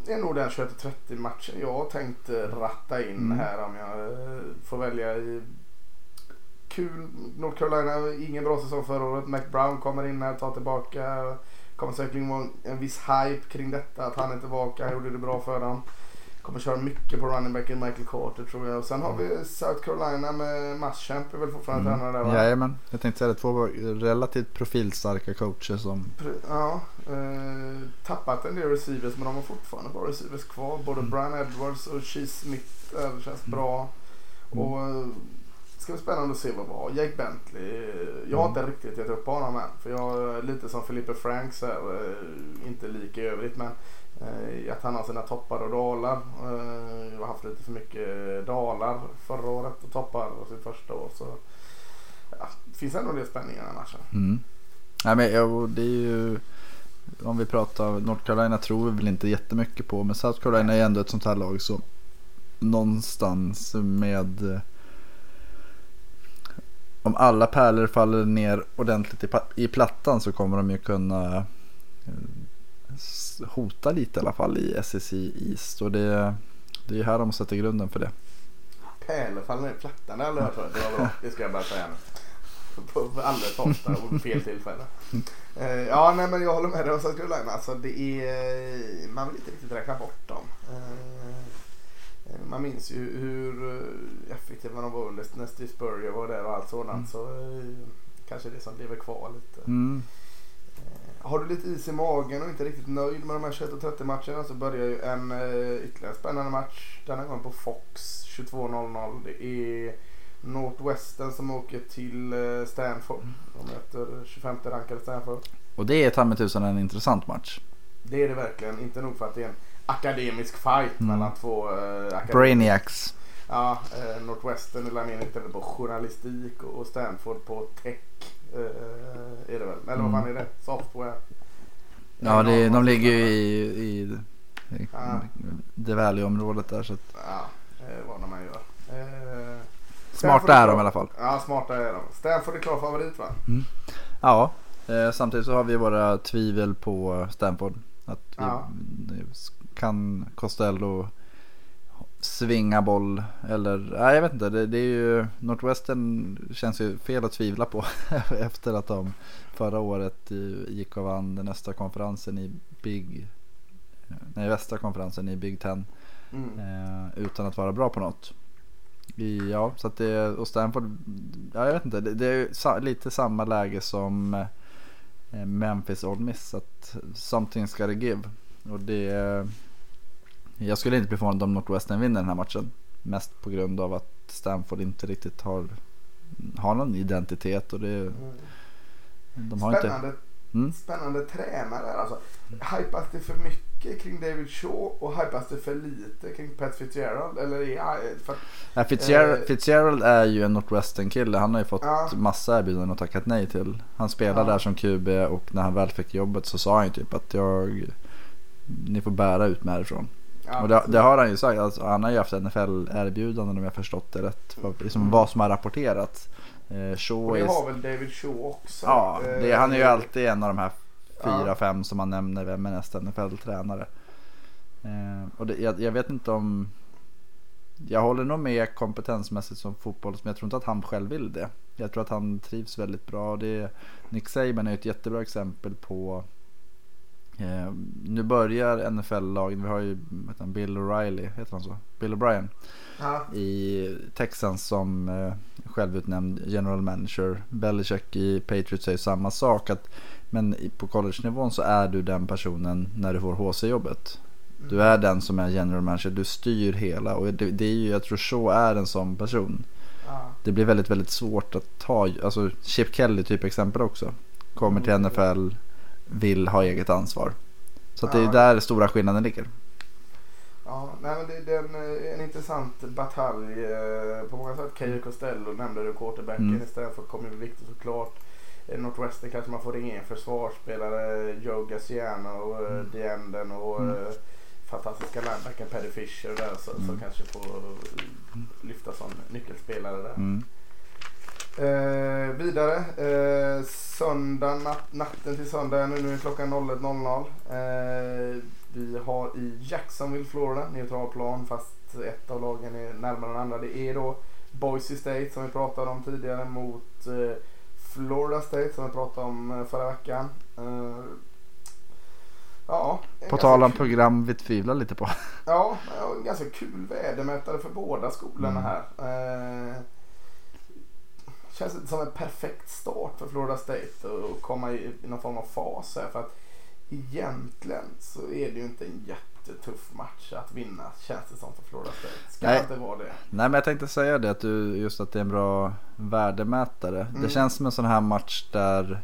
det är nog den tjugoett trettio matchen jag tänkt ratta in mm. här om jag får välja. I kul North Carolina, ingen bra säsong förra året. Mac Brown kommer in här, tar tillbaka. Kommer säkerligen vara en viss hype kring detta, att han är tillbaka. Han gjorde det bra för dem. Kommer köra mycket på running backen Michael Carter tror jag. Och sen har vi South Carolina med Muschamp är väl fortfarande mm. tränare där, va? Jajamän, jag tänkte säga det, två relativt profilstarka coacher som... Ja, eh, tappat en del receivers men de har fortfarande bara receivers kvar. Både mm. Brian Edwards och Cheese Smith äh, det känns mm. bra. Mm. Och det ska bli spännande att se vad bra. Jake Bentley, jag har inte riktigt gett upp på honom än. För jag är lite som Felipe Franks här, inte lika i övrigt men eh, att han har sina toppar och dalar. Eh, jag har haft lite för mycket dalar förra året och toppar och sitt första år. Så ja, det finns ändå det spänning i den här matchen. Mm. Ja, men, ja, det är ju, om vi pratar North Carolina tror vi väl inte jättemycket på. Men South Carolina är ändå ett sånt här lag så någonstans med... Om alla pärlor faller ner ordentligt i, i plattan så kommer de ju kunna eh, hota lite i alla fall i S E C East. Och det, det är ju här de sätter grunden för det. Pärlor faller ner i plattan, eller hört det var bra. Det ska jag bara säga nu. På alldeles ofta och fel tillfälle. Eh, ja, nej men jag håller med dig om South Carolina. Alltså det är, man vill inte riktigt räkna bort dem. Eh, Man minns ju hur effektiva de var under när Steve Spurrier var där och allt sådant. Mm. Så eh, kanske det som lever kvar lite. Mm. Eh, har du lite is i magen och inte riktigt nöjd med de här tjugoett trettio matcherna så börjar ju en eh, ytterligare spännande match. Den här gången på Fox tjugotvå noll noll. Det är Northwestern som åker till eh, Stanford. De möter tjugofemte rankade Stanford. Och det är ta med tusan en intressant match. Det är det verkligen. Inte nog för att det är en akademisk fight mm. mellan två uh, Brainiacs. Ja, uh, Northwestern eller mer inte på journalistik och Stanford på tech uh, är det väl. Eller mm. vad fan är det? Software. Ja, det är, de ligger ju i, i, i ja. det Valley-området där så att... Ja, uh, vad de än gör. Uh, smarta är de i alla fall. Ja, smarta är de. Stanford är klar favorit, va? Mm. Ja, uh, samtidigt så har vi våra tvivel på Stanford. Att ja. vi, kan Costello svinga boll eller nej, jag vet inte, det, det är ju Northwestern känns ju fel att tvivla på efter att de förra året gick och vann den nästa konferensen i Big nej, västra konferensen i Big Ten mm. eh, utan att vara bra på något. I, ja, så att det och Stanford ja, jag vet inte, det, det är ju sa, lite samma läge som eh, Memphis Ole Miss att something's gotta give. Och det jag skulle inte bli förvånad om Northwestern vinner den här matchen. Mest på grund av att Stanford inte riktigt har har någon identitet och det mm. de har spännande, inte mm? spännande tränare alltså. Hypas det för mycket kring David Shaw och hypas det för lite kring Pat Fitzgerald eller är för, ja, Fitzgerald, eh, Fitzgerald är ju en Northwestern kille. Han har ju fått ja. massa erbjudanden och tackat nej till. Han spelade ja. där som Q B och när han väl fick jobbet så sa han typ att jag ni får bära ut med härifrån. Ja, och det, det har han ju sagt alltså, han har ju haft N F L-erbjudanden om jag förstått det rätt för, liksom, mm. vad som har rapporterats eh, Shaw och det är, har väl David Shaw också ja, det, han är ju alltid en av de här fyra, ja. fem som man nämner vem är nästa N F L-tränare eh, och det, jag, jag vet inte om jag håller nog med kompetensmässigt som fotboll men jag tror inte att han själv vill det. Jag tror att han trivs väldigt bra och det, Nick Saban är ett jättebra exempel på Eh, nu börjar N F L-lagen. Vi har ju han, Bill O'Reilly, heter han så? Bill O'Brien ja. i Texans som eh, självutnämnd general manager. Belichick i Patriots säger samma sak att, men på college-nivån så är du den personen när du får H C-jobbet. Mm. Du är den som är general manager. Du styr hela och det, det är ju, jag tror så är en sån person. Ja. Det blir väldigt, väldigt svårt att ta, alltså Chip Kelly typ exempel också. Kommer mm. till N F L vill ha eget ansvar. Så att det är ja. där stora skillnaden ligger. Ja, nej, men det, det är en, en intressant batalj eh, på många sätt. Keijo Costello nämnde du, quarterbacken mm. istället för kommer bli viktigt såklart. Northwestern kanske man får ringa in försvarsspelare, Joe Gassiano, mm. Deenden och mm. eh, fantastiska linebacken Paddy Fisher där så, mm. så kanske får lyfta som nyckelspelare där. Mm. Eh, vidare eh, söndag, nat- natten till söndag nu, nu är klockan noll ett noll noll eh, Vi har i Jacksonville, Florida, neutral plan fast ett av lagen är närmare än andra. Det är då Boise State som vi pratade om tidigare mot eh, Florida State som vi pratade om eh, förra veckan. Eh, ja, på tal om program vi tvivlar lite på. Ja, en ganska kul vädermätare för båda skolorna mm. här. Eh, känns som en perfekt start för Florida State att komma i, i någon form av fas här, för att egentligen så är det ju inte en jättetuff match att vinna, känns det som, för Florida State. Ska Nej. inte vara det. Nej, men jag tänkte säga det, att du, just att det är en bra värdemätare. Mm. Det känns som en sån här match där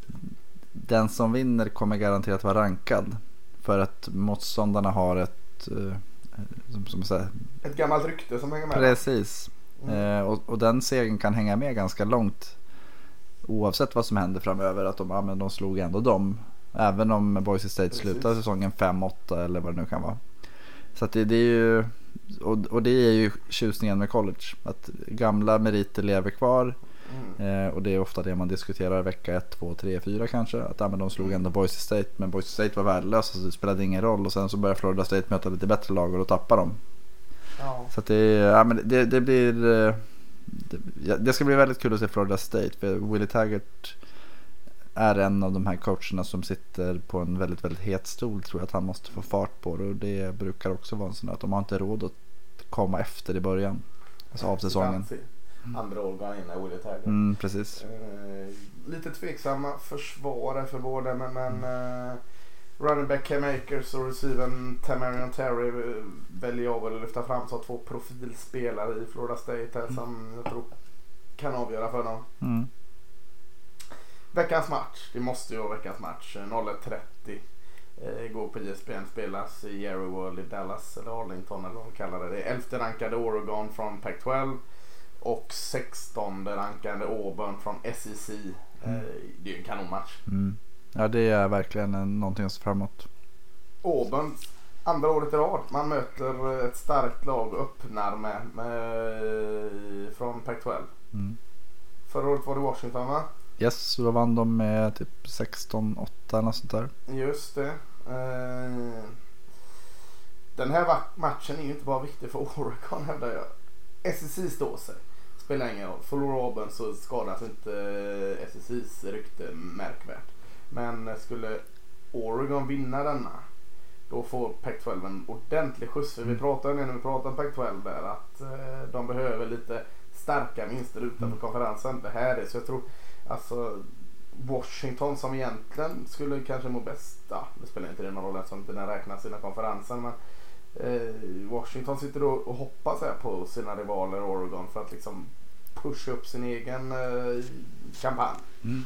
den som vinner kommer garanterat vara rankad, för att motståndarna har ett eh, som, som säger, ett gammalt rykte som hänger med. Precis. Mm. Eh, och, och den segern kan hänga med ganska långt oavsett vad som händer framöver, att de, ja, men de slog ändå dem. Även om Boise State Precis. slutar säsongen fem åtta eller vad det nu kan vara. Så att det, det är ju och, och det är ju tjusningen med college, att gamla meriter lever kvar. Mm. Eh, och det är ofta det man diskuterar vecka ett, två, tre, fyra kanske, att ja, men de slog ändå Boise State, men Boise State var värdelösa så det spelade ingen roll, och sen så börjar Florida State möta lite bättre lag och då tappar de. Ja. Så att det, ja, men det, det blir det, det ska bli väldigt kul att se Florida State, för Willie Taggart är en av de här coacherna som sitter på en väldigt, väldigt het stol, tror jag, att han måste få fart på det, och det brukar också vara en sån att de har inte råd att komma efter i början, alltså av säsongen. Andra årgången innan Willie Taggart. Mm, precis. Uh, lite tveksamma försvarare för båda, men, men uh, running back Cam Akers och receiven Tamarion Terry uh, väljer jag väl att lyfta fram som två profilspelare i Florida State här, mm. som jag tror kan avgöra för dem. Mm. Veckans match, det måste ju vara veckans match. noll ett trettio eh, går på E S P N, spelas i Jerry World i Dallas eller Arlington eller vad de kallar det. Det är elfte rankade Oregon från Pac tolv och sextonde rankade Auburn från S E C. Eh, mm. Det är ju en kanonmatch. Mm. Ja, det är verkligen en, någonting att se framåt. Auburn, andra året i rad. Man möter ett starkt lag och öppnar med, med från Pac tolv. Mm. Förra året var det Washington, va? Yes, då vann de med typ sexton åtta eller sånt där. Just det. Eh, den här matchen är ju inte bara viktig för Oregon, hävdar jag. S E C står sig. Spelar ingen roll. Förlorar Auburn så skadas inte S E C:s rykte märkvärt. Men skulle Oregon vinna denna, då får Pac tolv en ordentlig skjuts. För vi pratade när vi pratade om Pac tolv där, att eh, de behöver lite starka vinster utanför mm. konferensen. Det här är så jag tror, alltså Washington som egentligen skulle kanske må bäst, ja, det spelar inte någon roll eftersom inte den räknas sina konferensen, men eh, Washington sitter då och hoppas här på sina rivaler Oregon för att liksom pusha upp sin egen eh, kampanj. Mm.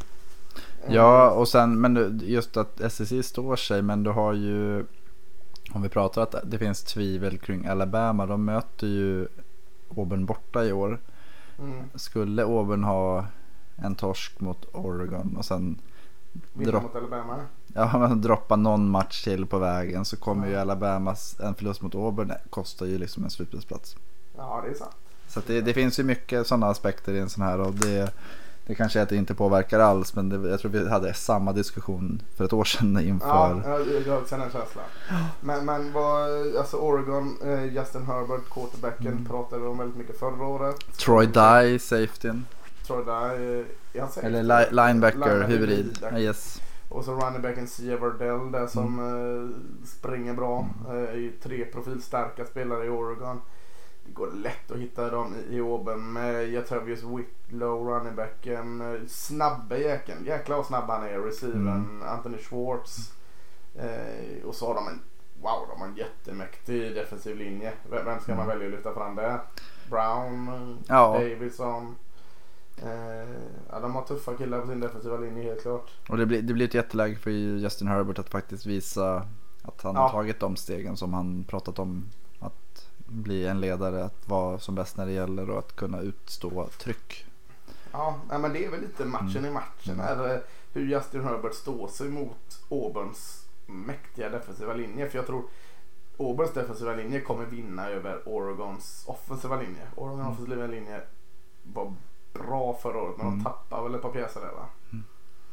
Ja, och sen, men just att S E C står sig, men du har ju, om vi pratar att det finns tvivel kring Alabama, de möter ju Auburn borta i år. Mm. Skulle Auburn ha en torsk mot Oregon och sen vinna mot Alabama, ja, men droppa någon match till på vägen, så kommer mm. ju Alabamas, en förlust mot Auburn kostar ju liksom en slutspelsplats. Ja, det är sant. Så att det, det finns ju mycket sådana aspekter i en sån här, och det, det kanske är att det inte påverkar alls, men det, jag tror vi hade samma diskussion för ett år sedan inför. Ja, jag har också en känsla. Men, men vad, alltså Oregon, eh, Justin Herbert, quarterbacken, mm. pratade om väldigt mycket förra året. Troy Dye, safetyn. Troy Dye, ja, safety. Eller li- linebacker, hybrid. Ah, yes. Och så running backen Sia Verdell där som mm. eh, springer bra. Mm. Eh, är ju tre profilstarka spelare i Oregon. Det går lätt att hitta dem i, i Auburn med Jatavius Whitlow, runningbacken, snabba jäkeln, jäklar vad snabb han är, receiven, mm. Anthony Schwartz. Eh, och så har de en, wow, de har en jättemäktig defensiv linje. Vem ska mm. man välja att lyfta fram där? Brown, ja. Davison. Eh, ja, de har tuffa killar på sin defensiva linje, helt klart. Och det blir, det blir ett jätteläge för Justin Herbert att faktiskt visa att han ja. har tagit de stegen som han pratat om, att bli en ledare, att vara som bäst när det gäller och att kunna utstå tryck. Ja, men det är väl lite matchen mm. i matchen är hur Justin Herbert står sig mot Auburns mäktiga defensiva linje, för jag tror Auburns defensiva linje kommer vinna över Oregons offensiva linje. Oregons mm. offensiva linje var bra förra året, men mm. de tappar väl ett par pjäser där, va? Mm.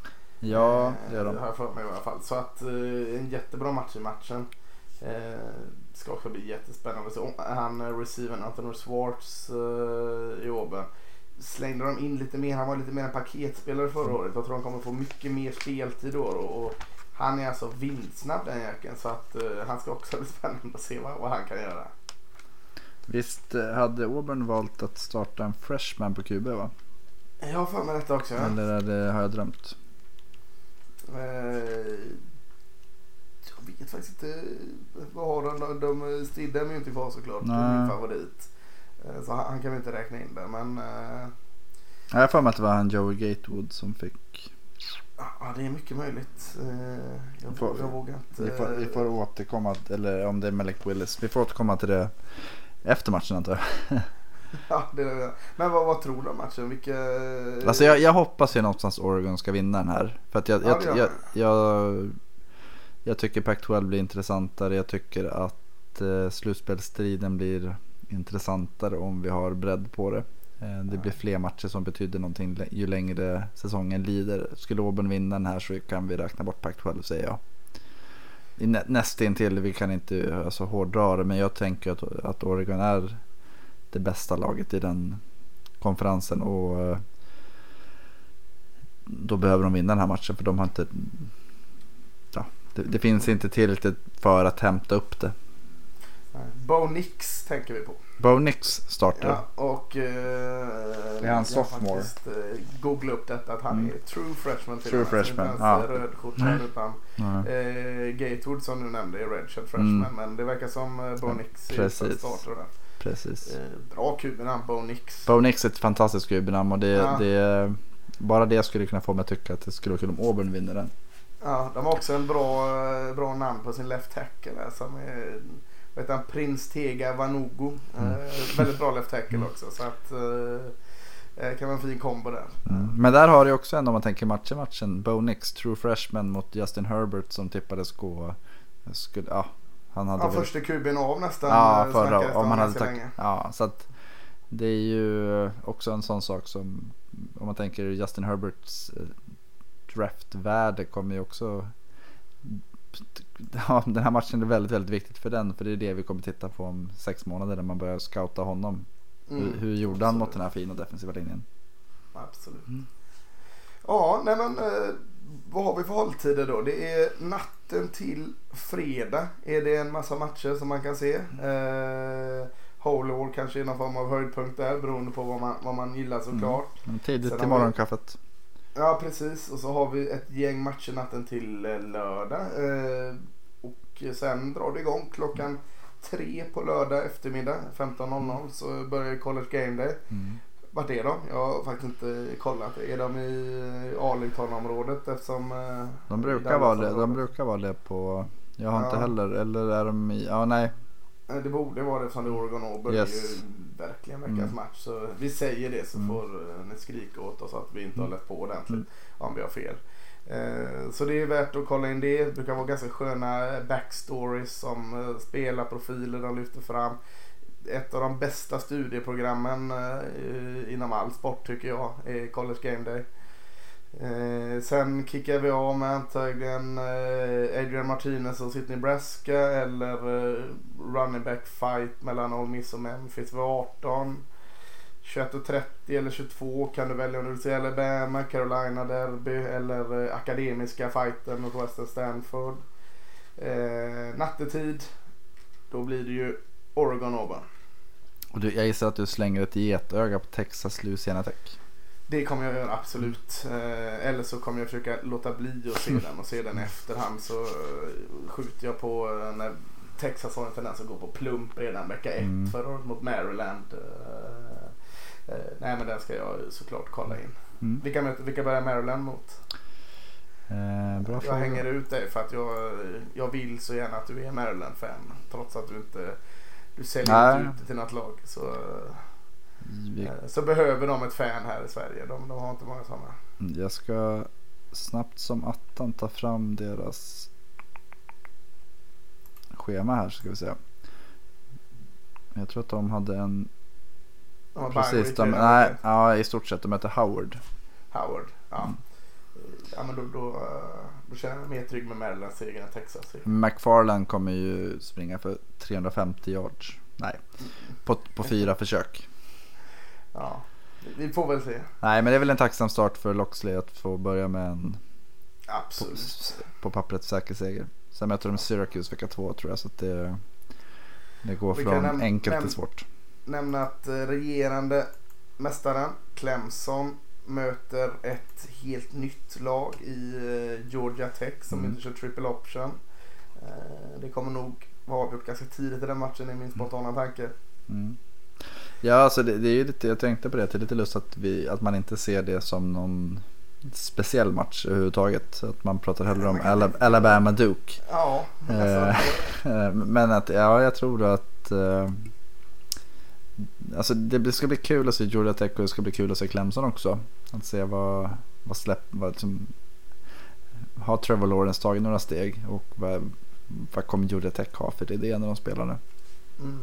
Ja, det är de. Det har jag för mig i alla fall. Så att en jättebra match i matchen. Ska också bli jättespännande. Så han receiver Anthony Schwartz i Auburn. Slängde de in lite mer. Han var lite mer en paketspelare förra året. Jag tror han kommer få mycket mer speltid då. Och han är alltså vindsnabb den jäkeln. Så att han ska också bli spännande att se vad, vad han kan göra. Visst hade Auburn valt att starta en freshman på Q B, va? Jag har för mig detta också. Ja. Eller är det, har jag drömt? Eh, jag vet faktiskt inte. Vad har de? De Stidham är ju inte kvar såklart. Det är min favorit. Eh, så han, han kan vi inte räkna in där. Men... Eh, jag har för mig att det var han Joey Gatewood som fick... Ja, det är mycket möjligt. Eh, jag, får, jag vågar inte... Vi får, vi får återkomma, eller om det är Malik Willis. Vi får återkomma till det efter matchen, antar jag. Ja, det är det. Men vad, vad tror du om matchen? Vilka... Alltså jag, jag hoppas ju någonstans Oregon ska vinna den här. För att jag, ja, jag, jag, jag, jag tycker Pac tolv blir intressantare. Jag tycker att eh, slutspelstriden blir intressantare om vi har bredd på det. Eh, det blir fler matcher som betyder någonting ju längre säsongen lider. Skulle Auburn vinna den här så kan vi räkna bort Pac tolv, säger jag. Nä, nästintill, vi kan inte alltså, hårdra det, men jag tänker att, att Oregon är det bästa laget i den konferensen och då behöver de vinna den här matchen, för de har inte ja, det, det finns inte tillräckligt för att hämta upp det. Bo Nix tänker vi på. Bo Nix startar. Ja, och eh, är han sophomore? Faktiskt, eh, googla upp detta att han mm. är true freshman till true freshman. Ja. Rödskjorta mm. utan eh, Gatewood som du nämnde är redshirt freshman, mm. men det verkar som eh, Bo Nix är startar där. Precis. Eh, bra kubenamn, Bo Nix. Bo Nix är ett fantastiskt kubenamn och det, ja. det bara det skulle kunna få mig att tycka att det skulle kunna om Auburn vinner den. Ja, de har också en bra, bra namn på sin left tackle som är, vet han, Prins Tega Vanugu. Mm. Eh, väldigt bra left tackle mm. också, så att eh, kan vara en fin kombo där. Mm. Men där har det också ändå, om man tänker matchen matchen Bo Nix, true freshman mot Justin Herbert som tippades gå skulle, ja, han hade ja, väl... första kuben av nästan. Ja, förra, om man hade tagit, länge. ja, så att det är ju också en sån sak som, om man tänker Justin Herberts draftvärde kommer ju också, ja, den här matchen är väldigt, väldigt viktigt för den, för det är det vi kommer titta på om sex månader när man börjar scouta honom. Mm, hur, hur gjorde absolut. han mot den här fina defensiva linjen? Absolut. Mm. Ja, nej men eh, vad har vi för hålltider då? Det är natten till fredag är det en massa matcher som man kan se. Eh, Holy War kanske är någon form av höjdpunkt där beroende på vad man, vad man gillar såklart. Mm. Tidigt till morgonkaffet. Ja, precis. Och så har vi ett gäng matcher natten till lördag. Eh, och sen drar det igång klockan tre på lördag eftermiddag femton noll noll så börjar College Game Day. Mm. Vart är de? Jag har faktiskt inte kollat. Är de i Arlington-området eftersom de brukar vara det. De brukar vara det på. Jag har ja. inte heller. Eller är de i? Ja, nej. Det borde vara det som det Oregon Auburn. Yes. Det är ju verkligen veckans mm. match. Så vi säger det så mm. får ni skrika åt oss att vi inte har lätt på ordentligt mm. om vi har fel. Eh, så det är värt att kolla in det. Det brukar vara ganska sköna backstories som eh, spelarprofiler de lyfter fram. Ett av de bästa studieprogrammen eh, inom all sport tycker jag är College Game Day. Eh, sen kickar vi av med antagligen eh, Adrian Martinez och Sidney Nebraska eller eh, running back fight mellan Ole Miss och Memphis vid arton. tjugoett och trettio eller tjugotvå kan du välja om du vill se Alabama, Carolina Derby eller eh, akademiska fighten mot Western Stanford. Eh, nattetid då blir det ju Oregon Auburn. Och du, jag gissar att du slänger ett getöga på Texas Louisiana Tech. Det kommer jag göra, absolut. Eh, eller så kommer jag försöka låta bli att se den och se den efterhand. Så eh, skjuter jag på eh, när Texas har en tendens att gå på plump redan vecka ett mm. förra året mot Maryland. Eh, eh, nej men den ska jag såklart kolla in. Mm. Vilka, möter, vilka börjar Maryland mot? Eh, bra jag hänger ut dig för att jag, jag vill så gärna att du är Maryland-fan. Trots att du inte du säljer Nej. inte ut det till något lag. Så, Vi... så behöver de ett fan här i Sverige. De, de har inte många sådana. Jag ska snabbt som attan ta fram deras schema här, ska vi se. Jag tror att de hade en de precis de, nej, ja, i stort sett de heter Howard. Howard, ja. Mm. ja, men då, då, då känner jag mig mer trygg med Marylands seger än Texas seger. McFarland kommer ju springa för trehundrafemtio yards. Nej, på, på fyra försök. Ja, vi får väl se. Nej, men det är väl en tacksam start för Loxley att få börja med en absolut på, på pappret säker seger. Sen möter de Syracuse vecka två tror jag, så att det, det går vi från näm- enkelt näm- till svårt. Nämna att regerande mästaren Clemson möter ett helt nytt lag i Georgia Tech som mm. inte kör triple option. Det kommer nog vara avgjort ganska tidigt i den matchen i min spontana tanke. Mm. Ja, alltså det, det är ju lite, jag tänkte på det, det är lite lust att, vi, att man inte ser det som någon speciell match överhuvudtaget. Att man pratar hellre om Alab- Alabama Duke. Ja, eh, men att, ja, jag tror att eh, alltså det ska bli kul att se Georgia Tech och det ska bli kul att se Clemson också. Att se vad, vad släpp, vad liksom, har Trevor Lawrence tagit några steg och vad, vad kommer Georgia Tech ha för idé när de spelar nu. Mm.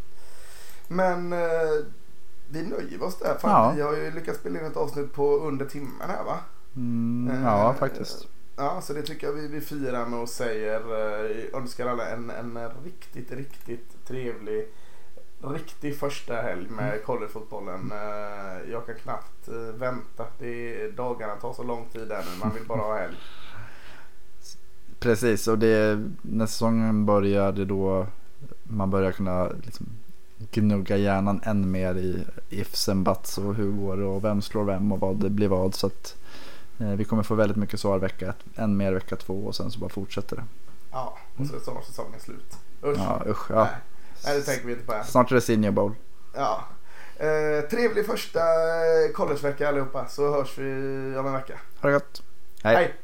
Men eh, vi nöjer oss där. Fan, ja. Vi har ju lyckats spela in ett avsnitt på under timmen här, va? Mm, ja, eh, faktiskt. Ja, så det tycker jag vi, vi firar med och säger eh, önskar alla en, en riktigt, riktigt trevlig riktig första helg med collegefotbollen. Eh, jag kan knappt eh, vänta. Det är, dagarna tar så lång tid där nu. Man vill bara ha helg. Precis, och det, när säsongen börjar det då man börjar kunna liksom gnugga hjärnan än mer i ifs and buts och hur går det och vem slår vem och vad det blir vad, så att eh, vi kommer få väldigt mycket svar vecka ett, än mer vecka två och sen så bara fortsätter det. Ja, och så är mm. säsongen slut. Usch. Ja, usch, ja. Nej. Nej, det tänker vi inte på här. Snart är det Senior Bowl. Ja. Eh, trevlig första collegevecka allihopa, så hörs vi om en vecka. Ha det gott. Hej. Hej.